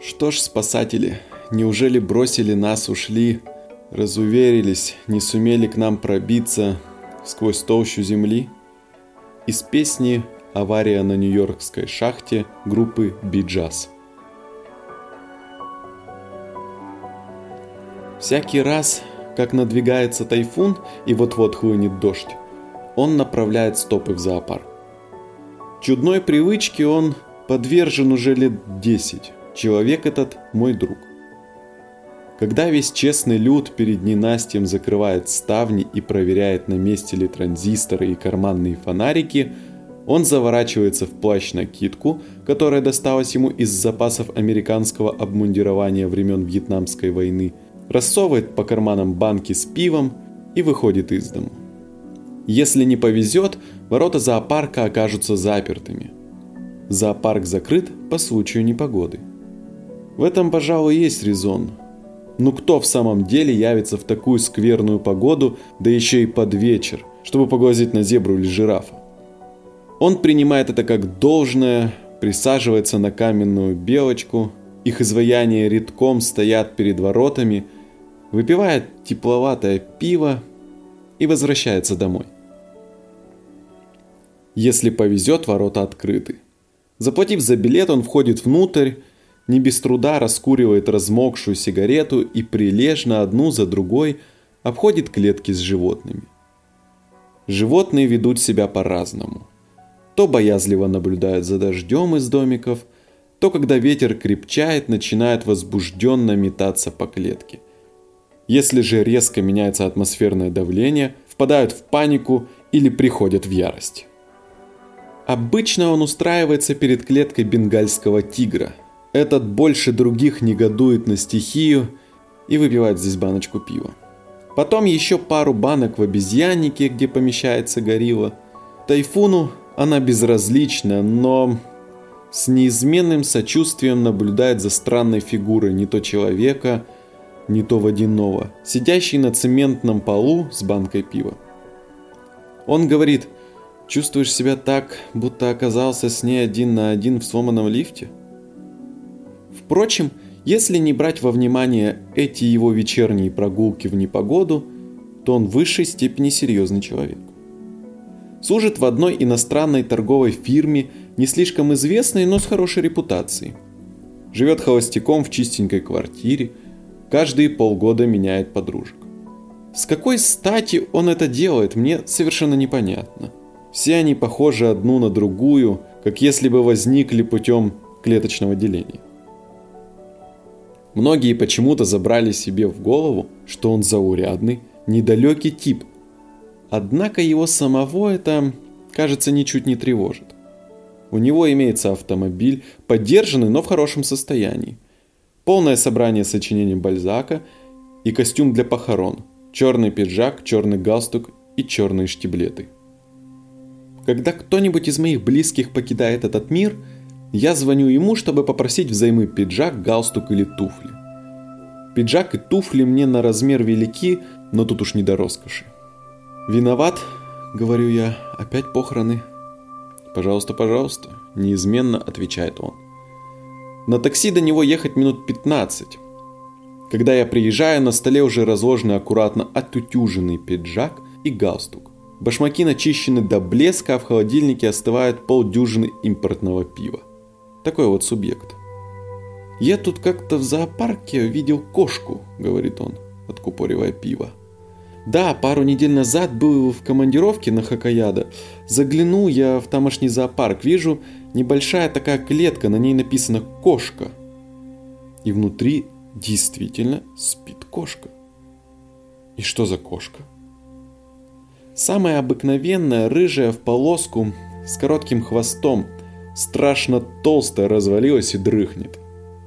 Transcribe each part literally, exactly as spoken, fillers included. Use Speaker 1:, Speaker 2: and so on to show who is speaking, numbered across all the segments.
Speaker 1: Что ж, спасатели, неужели бросили нас, ушли, разуверились, не сумели к нам пробиться сквозь толщу земли? Из песни «Авария на Нью-Йоркской шахте» группы Би-Джаз. Всякий раз, как надвигается тайфун и вот-вот хлынет дождь, он направляет стопы в зоопарк. Чудной привычке он подвержен уже лет десять. Человек этот мой друг. Когда весь честный люд перед ненастьем закрывает ставни и проверяет, на месте ли транзисторы и карманные фонарики, он заворачивается в плащ-накидку, которая досталась ему из запасов американского обмундирования времен Вьетнамской войны, рассовывает по карманам банки с пивом и выходит из дому. Если не повезет, ворота зоопарка окажутся запертыми. Зоопарк закрыт по случаю непогоды. В этом, пожалуй, есть резон. Ну кто в самом деле явится в такую скверную погоду, да еще и под вечер, чтобы поглазеть на зебру или жирафа? Он принимает это как должное, присаживается на каменную белочку, их изваяния редком стоят перед воротами, выпивает тепловатое пиво и возвращается домой. Если повезет, ворота открыты. Заплатив за билет, он входит внутрь, не без труда раскуривает размокшую сигарету и прилежно одну за другой обходит клетки с животными. Животные ведут себя по-разному. То боязливо наблюдают за дождем из домиков, то, когда ветер крепчает, начинают возбужденно метаться по клетке. Если же резко меняется атмосферное давление, впадают в панику или приходят в ярость. Обычно он устраивается перед клеткой бенгальского тигра. Этот больше других негодует на стихию и выпивает здесь баночку пива. Потом еще пару банок в обезьяннике, где помещается горилла. Тайфуну она безразлична, но с неизменным сочувствием наблюдает за странной фигурой не то человека, не то водяного, сидящей на цементном полу с банкой пива. Он говорит: «Чувствуешь себя так, будто оказался с ней один на один в сломанном лифте?» Впрочем, если не брать во внимание эти его вечерние прогулки в непогоду, то он в высшей степени серьезный человек. Служит в одной иностранной торговой фирме, не слишком известной, но с хорошей репутацией. Живет холостяком в чистенькой квартире, каждые полгода меняет подружек. С какой стати он это делает, мне совершенно непонятно. Все они похожи одну на другую, как если бы возникли путем клеточного деления. Многие почему-то забрали себе в голову, что он заурядный, недалекий тип. Однако его самого это, кажется, ничуть не тревожит. У него имеется автомобиль, поддержанный, но в хорошем состоянии. Полное собрание сочинений Бальзака и костюм для похорон, черный пиджак, черный галстук и черные штиблеты. Когда кто-нибудь из моих близких покидает этот мир, я звоню ему, чтобы попросить взаймы пиджак, галстук или туфли. Пиджак и туфли мне на размер велики, но тут уж не до роскоши. «Виноват», — говорю я, — «опять похороны». «Пожалуйста, пожалуйста», — неизменно отвечает он. На такси до него ехать минут пятнадцать. Когда я приезжаю, на столе уже разложены аккуратно отутюженный пиджак и галстук. Башмаки начищены до блеска, а в холодильнике остывает полдюжины импортного пива. Такой вот субъект. «Я тут как-то в зоопарке видел кошку», — говорит он, откупоривая пиво. «Да, пару недель назад был в командировке на Хоккайдо. Заглянул я в тамошний зоопарк, вижу небольшая такая клетка, на ней написано «кошка». И внутри действительно спит кошка. И что за кошка? Самая обыкновенная, рыжая в полоску, с коротким хвостом, страшно толстая, развалилась и дрыхнет.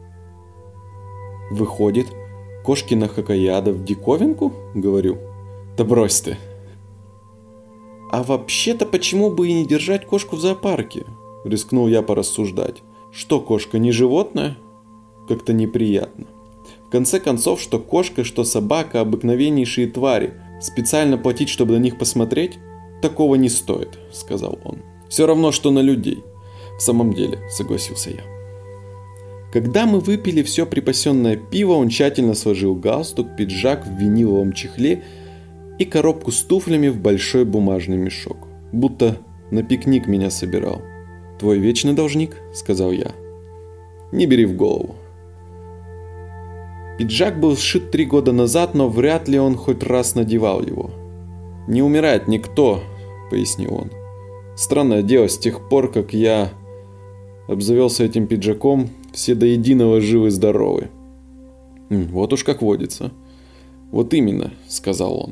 Speaker 1: Выходит, кошки на Хоккайдо в диковинку, говорю. Да брось ты. А вообще-то почему бы и не держать кошку в зоопарке? Рискнул я порассуждать. Что, кошка не животное? Как-то неприятно. В конце концов, что кошка, что собака — обыкновеннейшие твари. Специально платить, чтобы на них посмотреть? Такого не стоит, сказал он. Все равно, что на людей. В самом деле, согласился я. Когда мы выпили все припасенное пиво, он тщательно сложил галстук, пиджак в виниловом чехле и коробку с туфлями в большой бумажный мешок. Будто на пикник меня собирал. «Твой вечный должник», — сказал я. «Не бери в голову». Пиджак был сшит три года назад, но вряд ли он хоть раз надевал его. «Не умирает никто», — пояснил он. «Странное дело, с тех пор, как я обзавелся этим пиджаком, все до единого живы-здоровы». «Вот уж как водится». «Вот именно», — сказал он.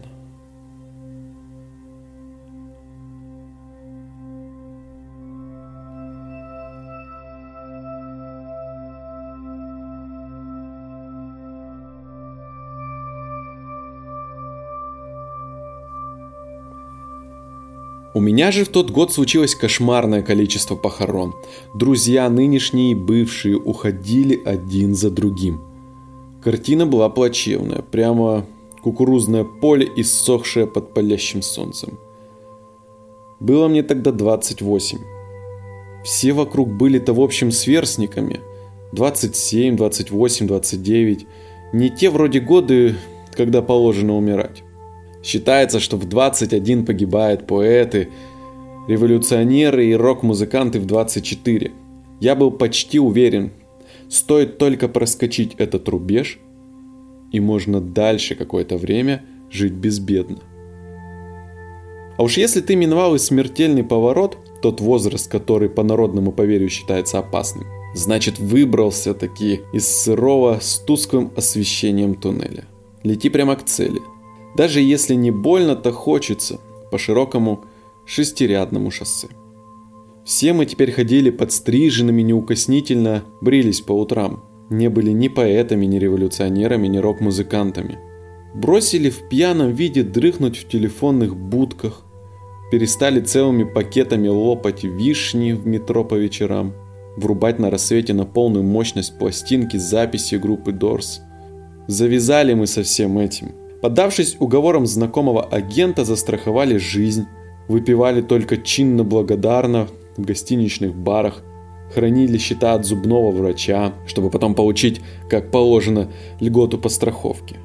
Speaker 1: У меня же в тот год случилось кошмарное количество похорон. Друзья нынешние и бывшие уходили один за другим. Картина была плачевная, прямо кукурузное поле, иссохшее под палящим солнцем. Было мне тогда двадцать восемь. Все вокруг были-то в общем сверстниками. двадцать семь, двадцать восемь, двадцать девять. Не те вроде годы, когда положено умирать. Считается, что в двадцать один погибают поэты, революционеры и рок-музыканты в двадцать четыре. Я был почти уверен, стоит только проскочить этот рубеж, и можно дальше какое-то время жить безбедно. А уж если ты миновал и смертельный поворот, тот возраст, который по народному поверью считается опасным, значит выбрался таки из сырого с тусклым освещением туннеля. Лети прямо к цели. Даже если не больно, то хочется по широкому шестирядному шоссе. Все мы теперь ходили подстриженными, неукоснительно брились по утрам. Не были ни поэтами, ни революционерами, ни рок-музыкантами. Бросили в пьяном виде дрыхнуть в телефонных будках. Перестали целыми пакетами лопать вишни в метро по вечерам. Врубать на рассвете на полную мощность пластинки с записью группы Doors. Завязали мы со всем этим. Поддавшись уговорам знакомого агента, застраховали жизнь, выпивали только чинно-благодарно в гостиничных барах, хранили счета от зубного врача, чтобы потом получить, как положено, льготу по страховке.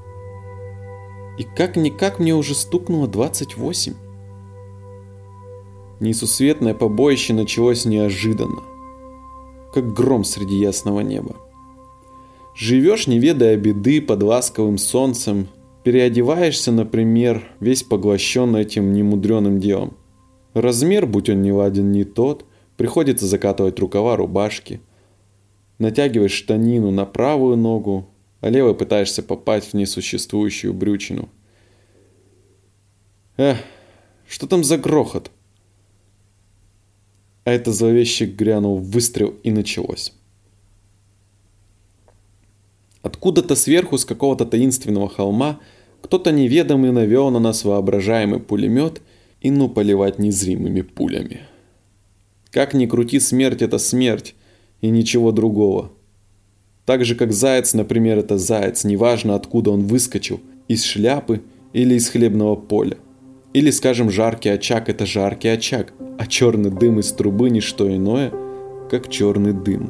Speaker 1: И как-никак мне уже стукнуло двадцать восемь. Несусветное побоище началось неожиданно, как гром среди ясного неба. Живешь, не ведая беды, под ласковым солнцем, переодеваешься, например, весь поглощен этим немудреным делом. Размер, будь он не ладен, не тот, приходится закатывать рукава рубашки. Натягиваешь штанину на правую ногу, а левой пытаешься попасть в несуществующую брючину. Эх, что там за грохот? А это зловеще грянул выстрел, и началось. Откуда-то сверху, с какого-то таинственного холма, кто-то неведомый навел на нас воображаемый пулемет и ну поливать незримыми пулями. Как ни крути, смерть — это смерть, и ничего другого. Так же, как заяц, например, это заяц, неважно откуда он выскочил, из шляпы или из хлебного поля. Или, скажем, жаркий очаг — это жаркий очаг, а черный дым из трубы — не что иное, как черный дым.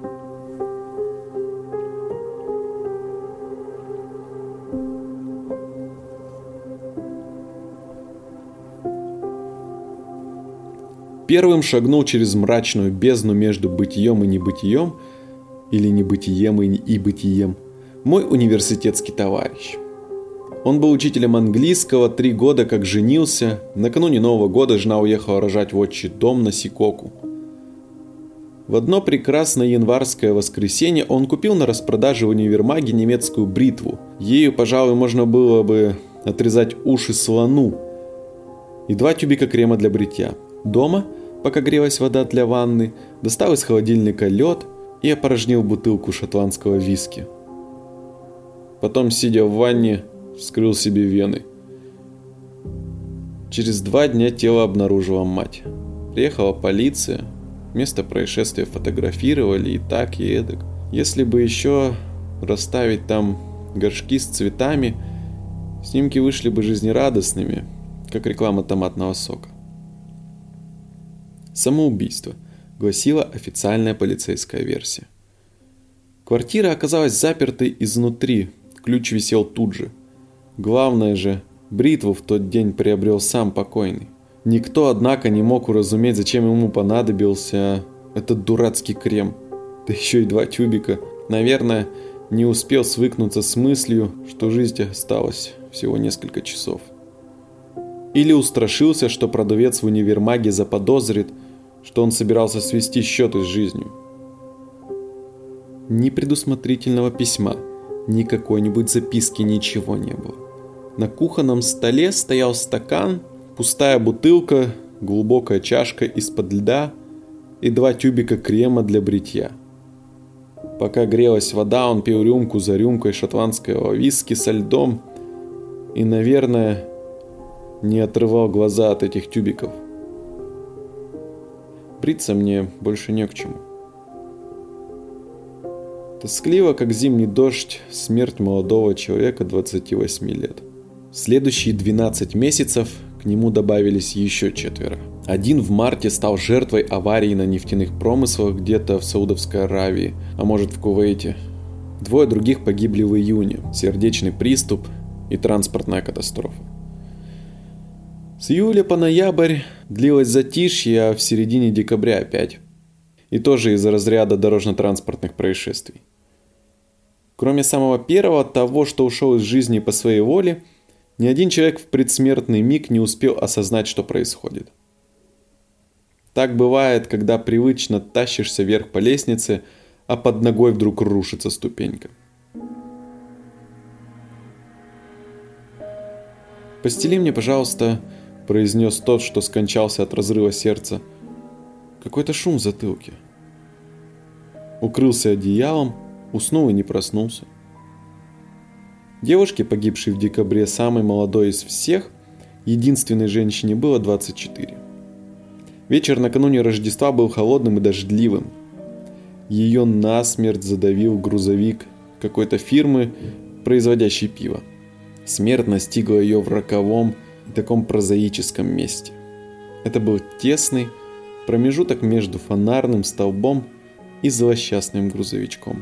Speaker 1: Первым шагнул через мрачную бездну между бытием и небытием, или небытием и бытием, мой университетский товарищ. Он был учителем английского, три года как женился, накануне Нового года жена уехала рожать в отчий дом на Сикоку. В одно прекрасное январское воскресенье он купил на распродаже в универмаге немецкую бритву. Ею, пожалуй, можно было бы отрезать уши слону. И два тюбика крема для бритья. Дома, пока грелась вода для ванны, достал из холодильника лед и опорожнил бутылку шотландского виски. Потом, сидя в ванне, вскрыл себе вены. Через два дня тело обнаружила мать. Приехала полиция, место происшествия фотографировали и так, и эдак. Если бы еще расставить там горшки с цветами, снимки вышли бы жизнерадостными, как реклама томатного сока. Самоубийство, гласила официальная полицейская версия. Квартира оказалась запертой изнутри, ключ висел тут же. Главное же, бритву в тот день приобрел сам покойный. Никто, однако, не мог уразуметь, зачем ему понадобился этот дурацкий крем. Да еще и два тюбика. Наверное, не успел свыкнуться с мыслью, что жизнь осталась всего несколько часов. Или устрашился, что продавец в универмаге заподозрит, что он собирался свести счеты с жизнью. Ни предусмотрительного письма, ни какой-нибудь записки, ничего не было. На кухонном столе стоял стакан, пустая бутылка, глубокая чашка из-под льда и два тюбика крема для бритья. Пока грелась вода, он пил рюмку за рюмкой шотландского виски со льдом и, наверное, не отрывал глаза от этих тюбиков. Бриться мне больше не к чему. Тоскливо, как зимний дождь, смерть молодого человека двадцати восьми лет. В следующие двенадцать месяцев к нему добавились еще четверо. Один в марте стал жертвой аварии на нефтяных промыслах где-то в Саудовской Аравии, а может в Кувейте. Двое других погибли в июне, сердечный приступ и транспортная катастрофа. С июля по ноябрь длилось затишье, а в середине декабря опять. И тоже из-за разряда дорожно-транспортных происшествий. Кроме самого первого, того, что ушел из жизни по своей воле, ни один человек в предсмертный миг не успел осознать, что происходит. Так бывает, когда привычно тащишься вверх по лестнице, а под ногой вдруг рушится ступенька. «Постели мне, пожалуйста», — произнес тот, что скончался от разрыва сердца. Какой-то шум в затылке. Укрылся одеялом, уснул и не проснулся. Девушке, погибшей в декабре, самой молодой из всех, единственной женщине, было двадцать четыре. Вечер накануне Рождества был холодным и дождливым. Ее насмерть задавил грузовик какой-то фирмы, производящей пиво. Смерть настигла ее в роковом и таком прозаическом месте. Это был тесный промежуток между фонарным столбом и злосчастным грузовичком.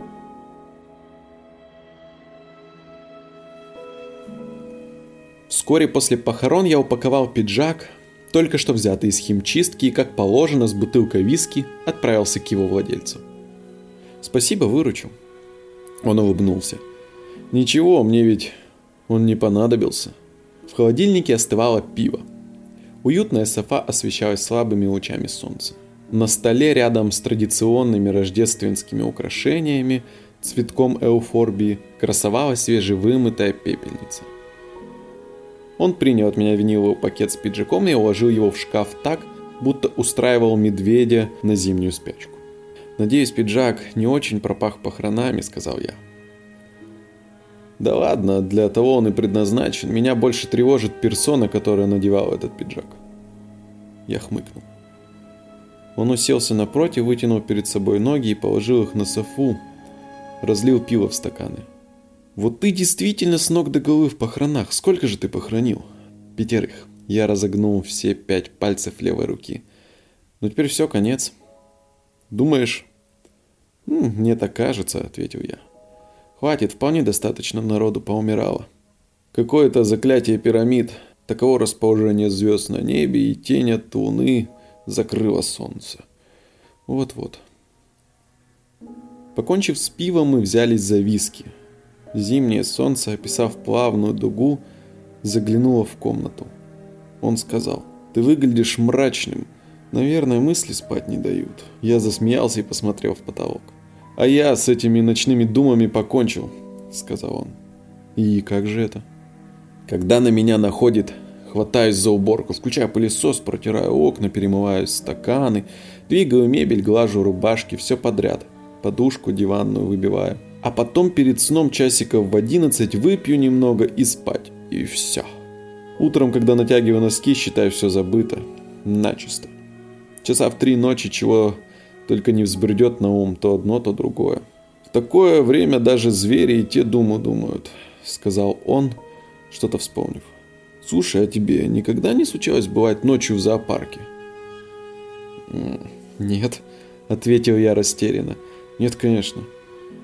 Speaker 1: Вскоре после похорон я упаковал пиджак, только что взятый из химчистки, и, как положено, с бутылкой виски отправился к его владельцу. «Спасибо, выручил». Он улыбнулся. «Ничего, мне ведь он не понадобился». В холодильнике остывало пиво. Уютная софа освещалась слабыми лучами солнца. На столе рядом с традиционными рождественскими украшениями, цветком эуфорбии, красовалась свежевымытая пепельница. Он принял от меня виниловый пакет с пиджаком и уложил его в шкаф так, будто устраивал медведя на зимнюю спячку. «Надеюсь, пиджак не очень пропах похоронами», — сказал я. «Да ладно, для того он и предназначен. Меня больше тревожит персона, которая надевала этот пиджак». Я хмыкнул. Он уселся напротив, вытянул перед собой ноги и положил их на софу, разлил пиво в стаканы. «Вот ты действительно с ног до головы в похоронах. Сколько же ты похоронил?» «Пятерых». Я разогнул все пять пальцев левой руки. «Ну теперь все, конец». «Думаешь?» «М, «Мне так кажется», — ответил я. «Хватит, вполне достаточно народу поумирало. Какое-то заклятие пирамид, таково расположение звезд на небе, и тень от луны закрыла солнце. Вот-вот». Покончив с пивом, мы взялись за виски. Зимнее солнце, описав плавную дугу, заглянуло в комнату. Он сказал: «Ты выглядишь мрачным. Наверное, мысли спать не дают». Я засмеялся и посмотрел в потолок. «А я с этими ночными думами покончил», — сказал он. «И как же это?» «Когда на меня находит, хватаюсь за уборку, включаю пылесос, протираю окна, перемываю стаканы, двигаю мебель, глажу рубашки, все подряд. Подушку диванную выбиваю. А потом перед сном часиков в одиннадцать выпью немного и спать. И все. Утром, когда натягиваю носки, считаю, все забыто. Начисто. Часа в три ночи чего только не взбредет на ум, то одно, то другое. В такое время даже звери и те думу думают», — сказал он, что-то вспомнив. «Слушай, а тебе никогда не случалось бывать ночью в зоопарке?» «Нет», — ответил я растерянно. «Нет, конечно.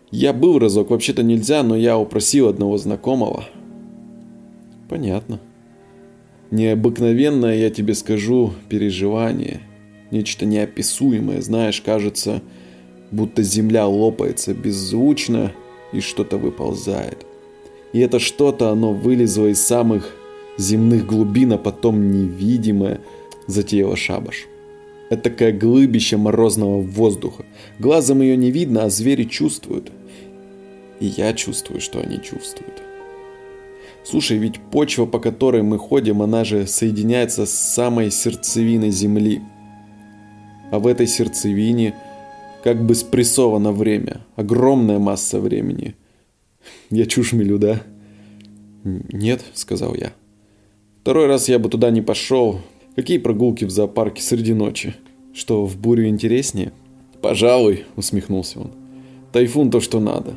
Speaker 1: Я был разок, вообще-то нельзя, но я упросил одного знакомого. Понятно. Необыкновенное, я тебе скажу, переживание. Нечто неописуемое, знаешь, кажется, будто земля лопается беззвучно и что-то выползает. И это что-то, оно вылезло из самых земных глубин, а потом невидимое затеяло шабаш. Это такое глыбище морозного воздуха. Глазом ее не видно, а звери чувствуют. И я чувствую, что они чувствуют. Слушай, ведь почва, по которой мы ходим, она же соединяется с самой сердцевиной земли. А в этой сердцевине как бы спрессовано время. Огромная масса времени. Я чушь мелю, да? Нет, сказал я. Второй раз я бы туда не пошел. Какие прогулки в зоопарке среди ночи? Что, в бурю интереснее? Пожалуй, усмехнулся он. Тайфун то, что надо.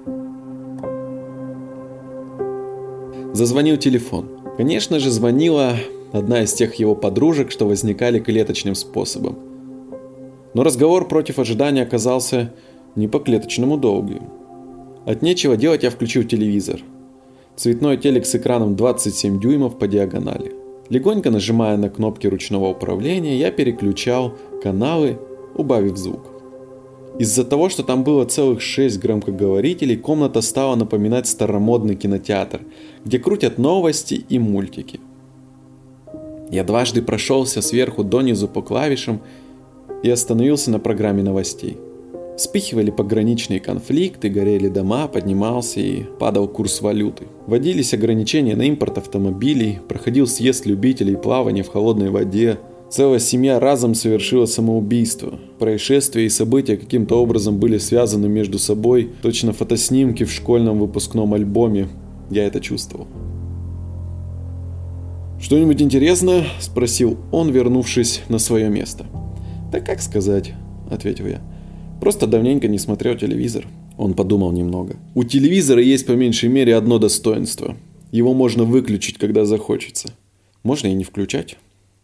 Speaker 1: Зазвонил телефон. Конечно же, звонила одна из тех его подружек, что возникали клеточным способом. Но разговор против ожидания оказался не по-клеточному долгим. От нечего делать я включил телевизор. Цветной телек с экраном двадцать семь дюймов по диагонали. Легонько нажимая на кнопки ручного управления, я переключал каналы, убавив звук. Из-за того, что там было целых шесть громкоговорителей, комната стала напоминать старомодный кинотеатр, где крутят новости и мультики. Я дважды прошелся сверху донизу по клавишам и остановился на программе новостей. Вспыхивали пограничные конфликты, горели дома, поднимался и падал курс валюты. Вводились ограничения на импорт автомобилей, проходил съезд любителей плавания в холодной воде. Целая семья разом совершила самоубийство. Происшествия и события каким-то образом были связаны между собой, точно фотоснимки в школьном выпускном альбоме. Я это чувствовал. «Что-нибудь интересное?» – спросил он, вернувшись на свое место. «Да как сказать?» – ответил я. «Просто давненько не смотрел телевизор». Он подумал немного. «У телевизора есть по меньшей мере одно достоинство. Его можно выключить, когда захочется. Можно и не включать».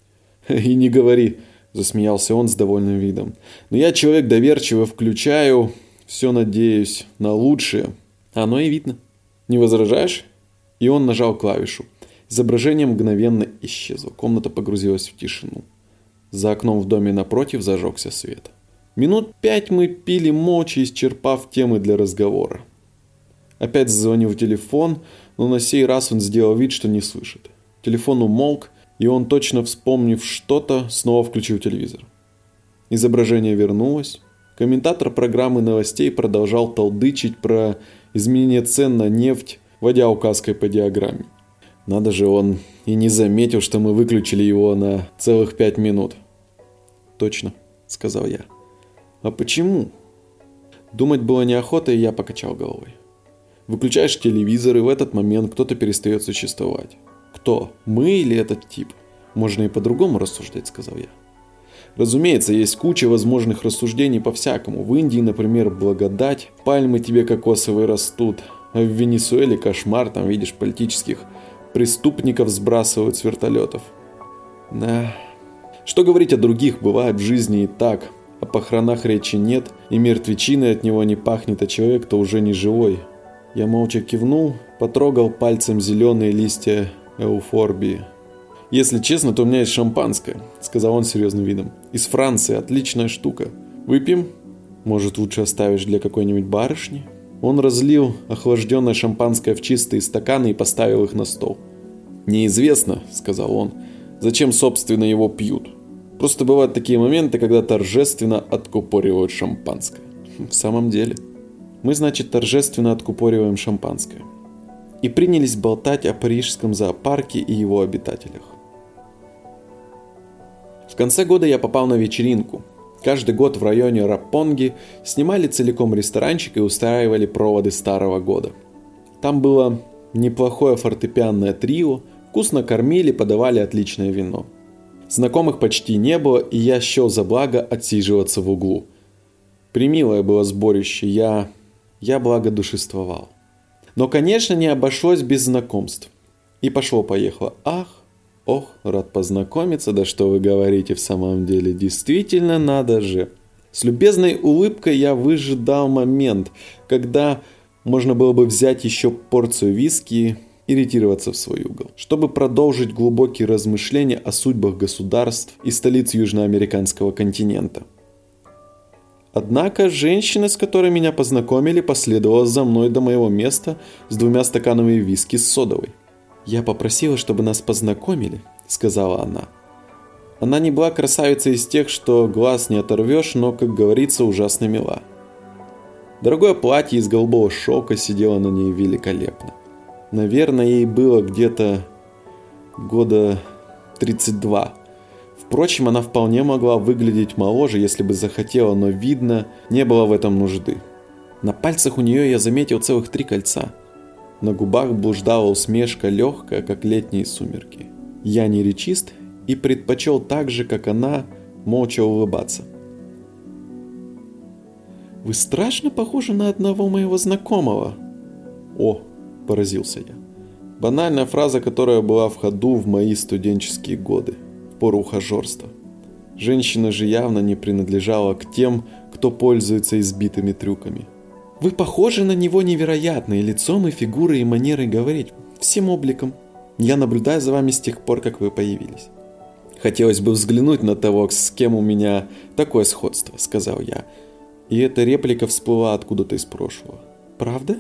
Speaker 1: «И не говори», – засмеялся он с довольным видом. «Но я человек доверчиво, включаю, все надеюсь на лучшее. Оно и видно. Не возражаешь?» И он нажал клавишу. Изображение мгновенно исчезло. Комната погрузилась в тишину. За окном в доме напротив зажегся свет. Минут пять мы пили молча, исчерпав темы для разговора. Опять зазвонил телефон, но на сей раз он сделал вид, что не слышит. Телефон умолк, и он, точно вспомнив что-то, снова включил телевизор. Изображение вернулось. Комментатор программы новостей продолжал толдычить про изменение цен на нефть, водя указкой по диаграмме. Надо же, он и не заметил, что мы выключили его на целых пять минут. «Точно», — сказал я. «А почему?» Думать было неохота, и я покачал головой. Выключаешь телевизор, и в этот момент кто-то перестает существовать. Кто? Мы или этот тип? Можно и по-другому рассуждать, сказал я. Разумеется, есть куча возможных рассуждений по-всякому. В Индии, например, благодать, пальмы тебе кокосовые растут, а в Венесуэле кошмар, там видишь политических преступников сбрасывают с вертолетов. Да. Что говорить о других, бывает в жизни и так. О похоронах речи нет, и мертвечиной от него не пахнет, а человек-то уже не живой. Я молча кивнул, потрогал пальцем зеленые листья эуфорбии. «Если честно, то у меня есть шампанское», — сказал он серьезным видом. «Из Франции, отличная штука. Выпьем? Может, лучше оставишь для какой-нибудь барышни?» Он разлил охлажденное шампанское в чистые стаканы и поставил их на стол. «Неизвестно», — сказал он, — «зачем, собственно, его пьют. Просто бывают такие моменты, когда торжественно откупоривают шампанское». В самом деле. Мы, значит, торжественно откупориваем шампанское. И принялись болтать о парижском зоопарке и его обитателях. В конце года я попал на вечеринку. Каждый год в районе Раппонги снимали целиком ресторанчик и устраивали проводы Старого года. Там было неплохое фортепианное трио, вкусно кормили, подавали отличное вино. Знакомых почти не было, и я счел за благо отсиживаться в углу. Примилое было сборище, я... я благодушествовал. Но, конечно, не обошлось без знакомств. И пошло-поехало. Ах, ох, рад познакомиться, да что вы говорите в самом деле, действительно надо же. С любезной улыбкой я выжидал момент, когда можно было бы взять еще порцию виски и ретироваться в свой угол, чтобы продолжить глубокие размышления о судьбах государств и столиц южноамериканского континента. Однако женщина, с которой меня познакомили, последовала за мной до моего места с двумя стаканами виски с содовой. «Я попросила, чтобы нас познакомили», — сказала она. Она не была красавицей из тех, что глаз не оторвешь, но, как говорится, ужасно мила. Дорогое платье из голубого шелка сидело на ней великолепно. Наверное, ей было где-то года тридцать два. Впрочем, она вполне могла выглядеть моложе, если бы захотела, но, видно, не было в этом нужды. На пальцах у нее я заметил целых три кольца. На губах блуждала усмешка легкая, как летние сумерки. Я не речист и предпочел так же, как она, молча улыбаться. «Вы страшно похожи на одного моего знакомого». «О!» – поразился я. Банальная фраза, которая была в ходу в мои студенческие годы, в пору ухажерства. Женщина же явно не принадлежала к тем, кто пользуется избитыми трюками. «Вы похожи на него невероятно и лицом, и фигурой, и манерой говорить, всем обликом. Я наблюдаю за вами с тех пор, как вы появились». «Хотелось бы взглянуть на того, с кем у меня такое сходство», — сказал я. И эта реплика всплыла откуда-то из прошлого. «Правда?»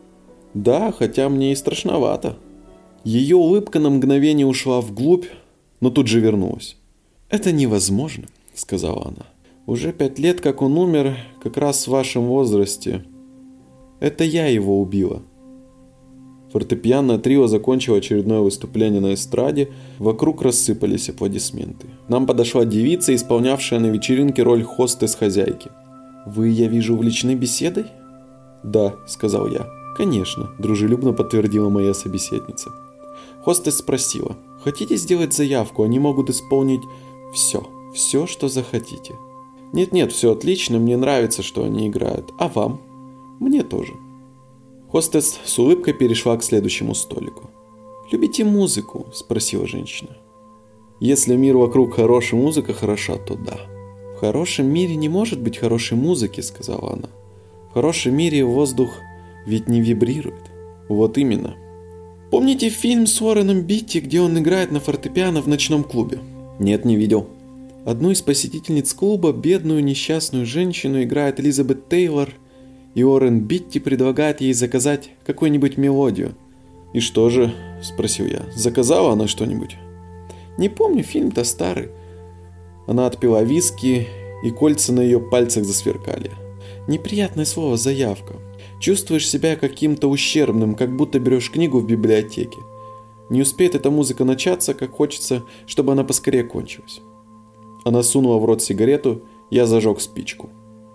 Speaker 1: «Да, хотя мне и страшновато». Ее улыбка на мгновение ушла вглубь, но тут же вернулась. «Это невозможно», — сказала она. «Уже пять лет, как он умер, как раз в вашем возрасте. Это я его убила». Фортепианное трио закончило очередное выступление на эстраде, вокруг рассыпались аплодисменты. Нам подошла девица, исполнявшая на вечеринке роль хостес-хозяйки. «Вы, я вижу, увлечены беседой?» «Да», — сказал я. «Конечно», — дружелюбно подтвердила моя собеседница. Хостес спросила: «Хотите сделать заявку? Они могут исполнить все, все, что захотите». «Нет-нет, все отлично, мне нравится, что они играют. А вам?» «Мне тоже». Хостес с улыбкой перешла к следующему столику. «Любите музыку?» – спросила женщина. «Если мир вокруг хороший, музыка хороша, то да». «В хорошем мире не может быть хорошей музыки», – сказала она. «В хорошем мире воздух ведь не вибрирует». «Вот именно». «Помните фильм с Уорреном Битти, где он играет на фортепиано в ночном клубе?» «Нет, не видел». Одну из посетительниц клуба, бедную несчастную женщину, играет Элизабет Тейлор, и Уоррен Битти предлагает ей заказать какую-нибудь мелодию. «И что же?» – спросил я. «Заказала она что-нибудь?» «Не помню, фильм-то старый». Она отпила виски, и кольца на ее пальцах засверкали. «Неприятное слово «заявка». Чувствуешь себя каким-то ущербным, как будто берешь книгу в библиотеке. Не успеет эта музыка начаться, как хочется, чтобы она поскорее кончилась». Она сунула в рот сигарету, я зажег спичку.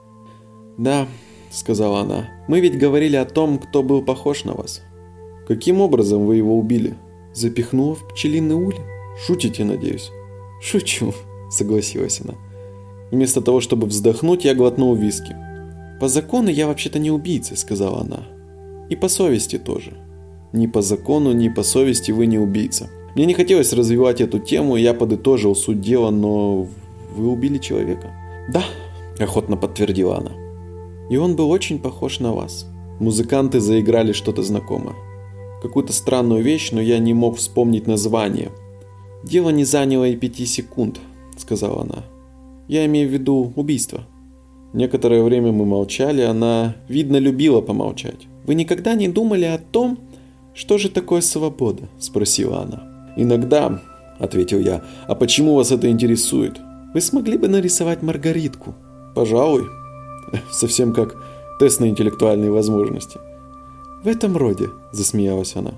Speaker 1: «Да», — сказала она, — «мы ведь говорили о том, кто был похож на вас». «Каким образом вы его убили?» «Запихнула в пчелиный улей». «Шутите, надеюсь?» «Шучу», — согласилась она. Вместо того, чтобы вздохнуть, я глотнул виски. «По закону я вообще-то не убийца», — сказала она. «И по совести тоже». «Ни по закону, ни по совести вы не убийца». Мне не хотелось развивать эту тему, и я подытожил суть дела, но вы убили человека. «Да», — охотно подтвердила она. «И он был очень похож на вас». Музыканты заиграли что-то знакомое. Какую-то странную вещь, но я не мог вспомнить название. «Дело не заняло и пяти секунд», — сказала она. «Я имею в виду убийство». Некоторое время мы молчали, она, видно, любила помолчать. «Вы никогда не думали о том, что же такое свобода?» — спросила она. «Иногда», — ответил я. «А почему вас это интересует?» «Вы смогли бы нарисовать Маргаритку?» «Пожалуй». Совсем как тест на интеллектуальные возможности. «В этом роде», — засмеялась она.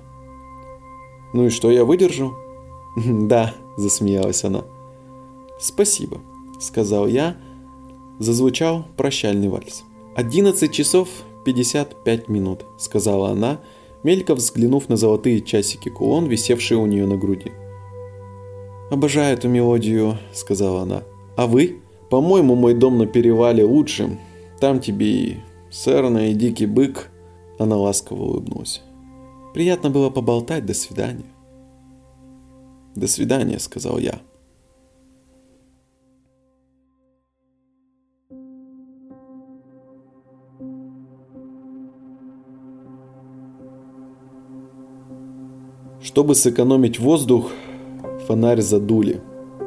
Speaker 1: «Ну и что, я выдержу?» «Да», — засмеялась она. «Спасибо», — сказал я. Зазвучал прощальный вальс. «Одиннадцать часов пятьдесят пять минут», — сказала она, мельком взглянув на золотые часики-кулон, висевшие у нее на груди. «Обожаю эту мелодию», — сказала она. «А вы?» «По-моему, мой дом на перевале лучше. Там тебе и сэрна, и дикий бык». Она ласково улыбнулась. «Приятно было поболтать. До свидания». «До свидания», — сказал я. Чтобы сэкономить воздух, фонарь задули.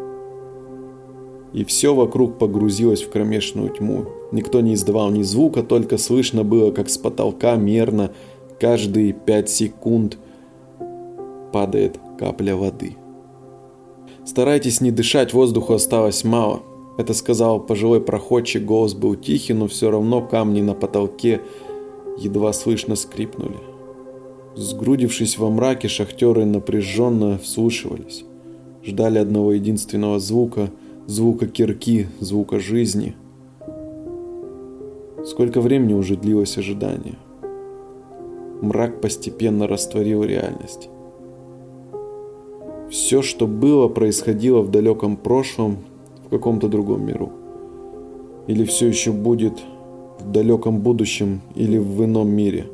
Speaker 1: И все вокруг погрузилось в кромешную тьму. Никто не издавал ни звука, только слышно было, как с потолка мерно каждые пять секунд падает капля воды. «Старайтесь не дышать, воздуха осталось мало», — это сказал пожилой проходчик, голос был тихий, но все равно камни на потолке едва слышно скрипнули. Сгрудившись во мраке, шахтеры напряженно вслушивались, ждали одного единственного звука, звука кирки, звука жизни. Сколько времени уже длилось ожидание? Мрак постепенно растворил реальность. Все, что было, происходило в далеком прошлом, в каком-то другом миру. Или все еще будет в далеком будущем, или в ином мире.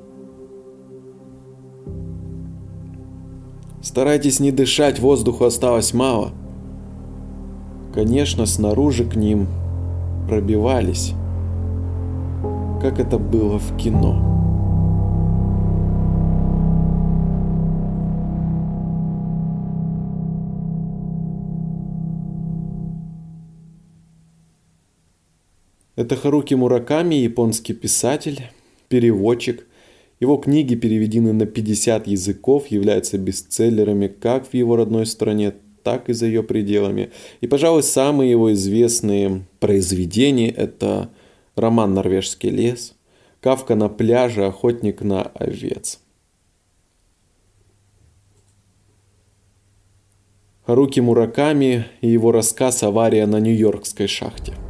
Speaker 1: Старайтесь не дышать, воздуха осталось мало. Конечно, снаружи к ним пробивались, как это было в кино. Это Харуки Мураками, японский писатель, переводчик. Его книги переведены на пятьдесят языков, являются бестселлерами как в его родной стране, так и за ее пределами. И, пожалуй, самые его известные произведения – это роман «Норвежский лес», «Кафка на пляже», «Охотник на овец». Харуки Мураками и его рассказ «Авария на Нью-Йоркской шахте».